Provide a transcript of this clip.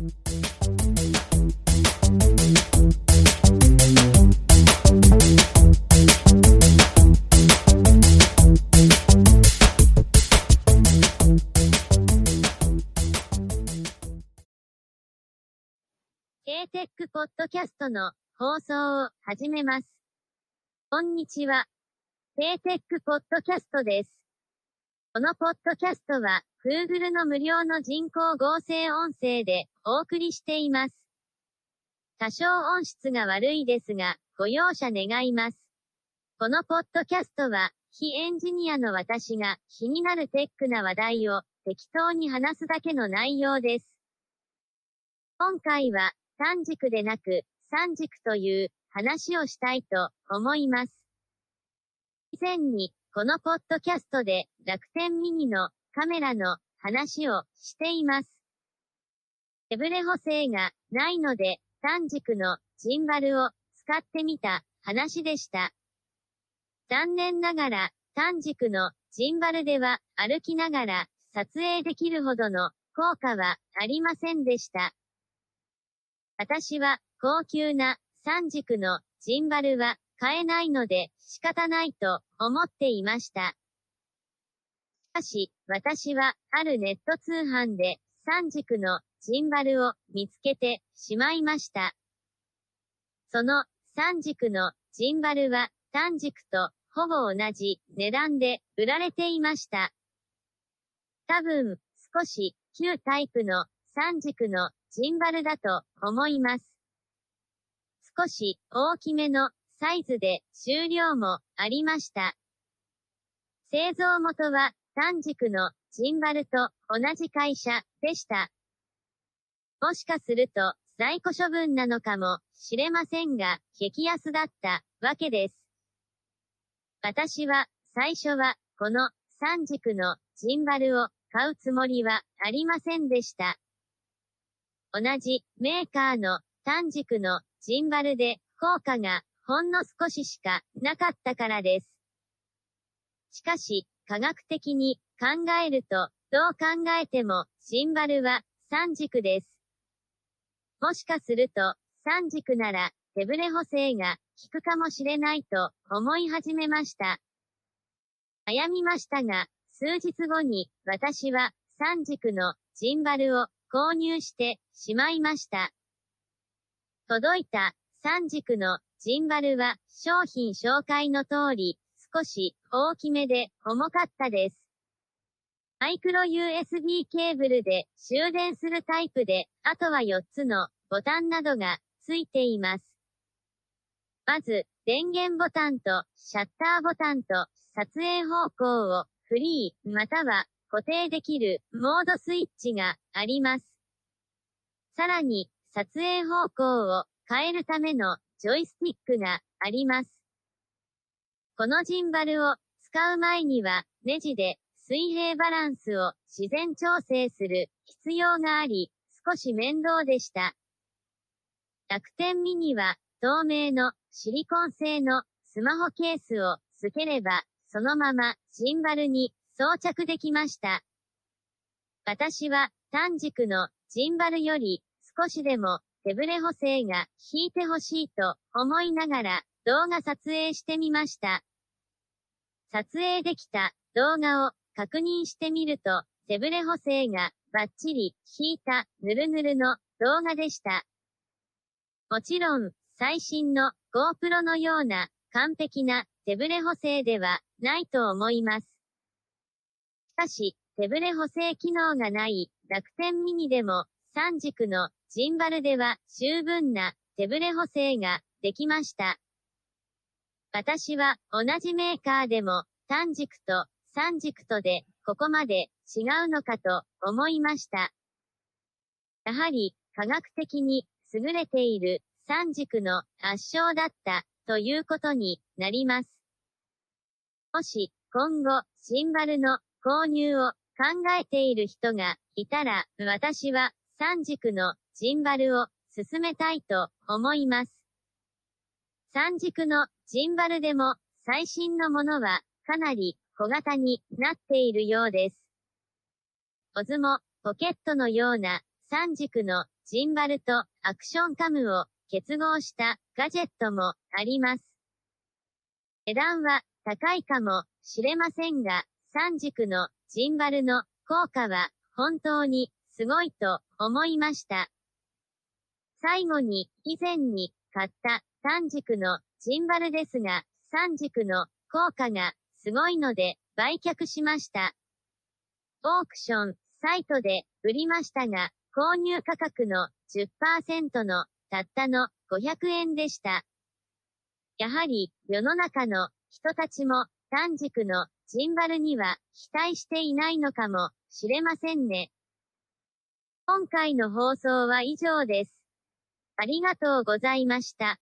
K-TECH ポッドキャストの放送を始めます。こんにちは。K-TECH ポッドキャストです。このポッドキャストは Google の無料の人工合成音声でお送りしています。多少音質が悪いですが、ご容赦願います。このポッドキャストは、非エンジニアの私が気になるテックな話題を適当に話すだけの内容です。今回は単軸でなく三軸という話をしたいと思います。以前にこのポッドキャストで楽天ミニのカメラの話をしています。手ブレ補正がないので単軸のジンバルを使ってみた話でした。残念ながら単軸のジンバルでは歩きながら撮影できるほどの効果はありませんでした。私は高級な三軸のジンバルは買えないので仕方ないと思っていました。しかし、私はあるネット通販で三軸のジンバルを見つけてしまいました。その三軸のジンバルは単軸とほぼ同じ値段で売られていました。多分、少し旧タイプの三軸のジンバルだと思います。少し大きめのサイズで重量もありました。製造元は単軸のジンバルと同じ会社でした。もしかすると在庫処分なのかもしれませんが、激安だったわけです。私は最初はこの三軸のジンバルを買うつもりはありませんでした。同じメーカーの単軸のジンバルで効果がほんの少ししかなかったからです。しかし、科学的に考えると、どう考えてもジンバルは三軸です。もしかすると三軸なら手ブレ補正が効くかもしれないと思い始めました。悩みましたが、数日後に私は三軸のジンバルを購入してしまいました。届いた三軸のジンバルは商品紹介の通り少し大きめで重かったです。マイクロ USB ケーブルで充電するタイプで、あとは4つのボタンなどがついています。まず、電源ボタンとシャッターボタンと撮影方向をフリーまたは固定できるモードスイッチがあります。さらに、撮影方向を変えるためのジョイスティックがあります。このジンバルを使う前にはネジで水平バランスを自然調整する必要があり、少し面倒でした。楽天ミニは透明のシリコン製のスマホケースを付ければ、そのままジンバルに装着できました。私は単軸のジンバルより少しでも手ブレ補正が効いてほしいと思いながら動画撮影してみました。撮影できた動画を確認してみると手ブレ補正がバッチリ効いたヌルヌルの動画でした。もちろん最新の GoPro のような完璧な手ブレ補正ではないと思います。しかし手ブレ補正機能がない楽天ミニでも三軸のジンバルでは十分な手ブレ補正ができました。私は同じメーカーでも単軸と三軸とでここまで違うのかと思いました。やはり科学的に優れている三軸の圧勝だったということになります。もし今後ジンバルの購入を考えている人がいたら私は三軸のジンバルを勧めたいと思います。三軸のジンバルでも最新のものはかなり小型になっているようです。オズモポケットのような 3軸のジンバルとアクションカムを結合したガジェットもあります。値段は高いかもしれませんが、3軸のジンバルの効果は本当にすごいと思いました。最後に以前に買った3軸のジンバルですが、3軸の効果がすごいので売却しました。オークションサイトで売りましたが、購入価格の 10% のたったの500円でした。やはり世の中の人たちも3軸のジンバルには期待していないのかもしれませんね。今回の放送は以上です。ありがとうございました。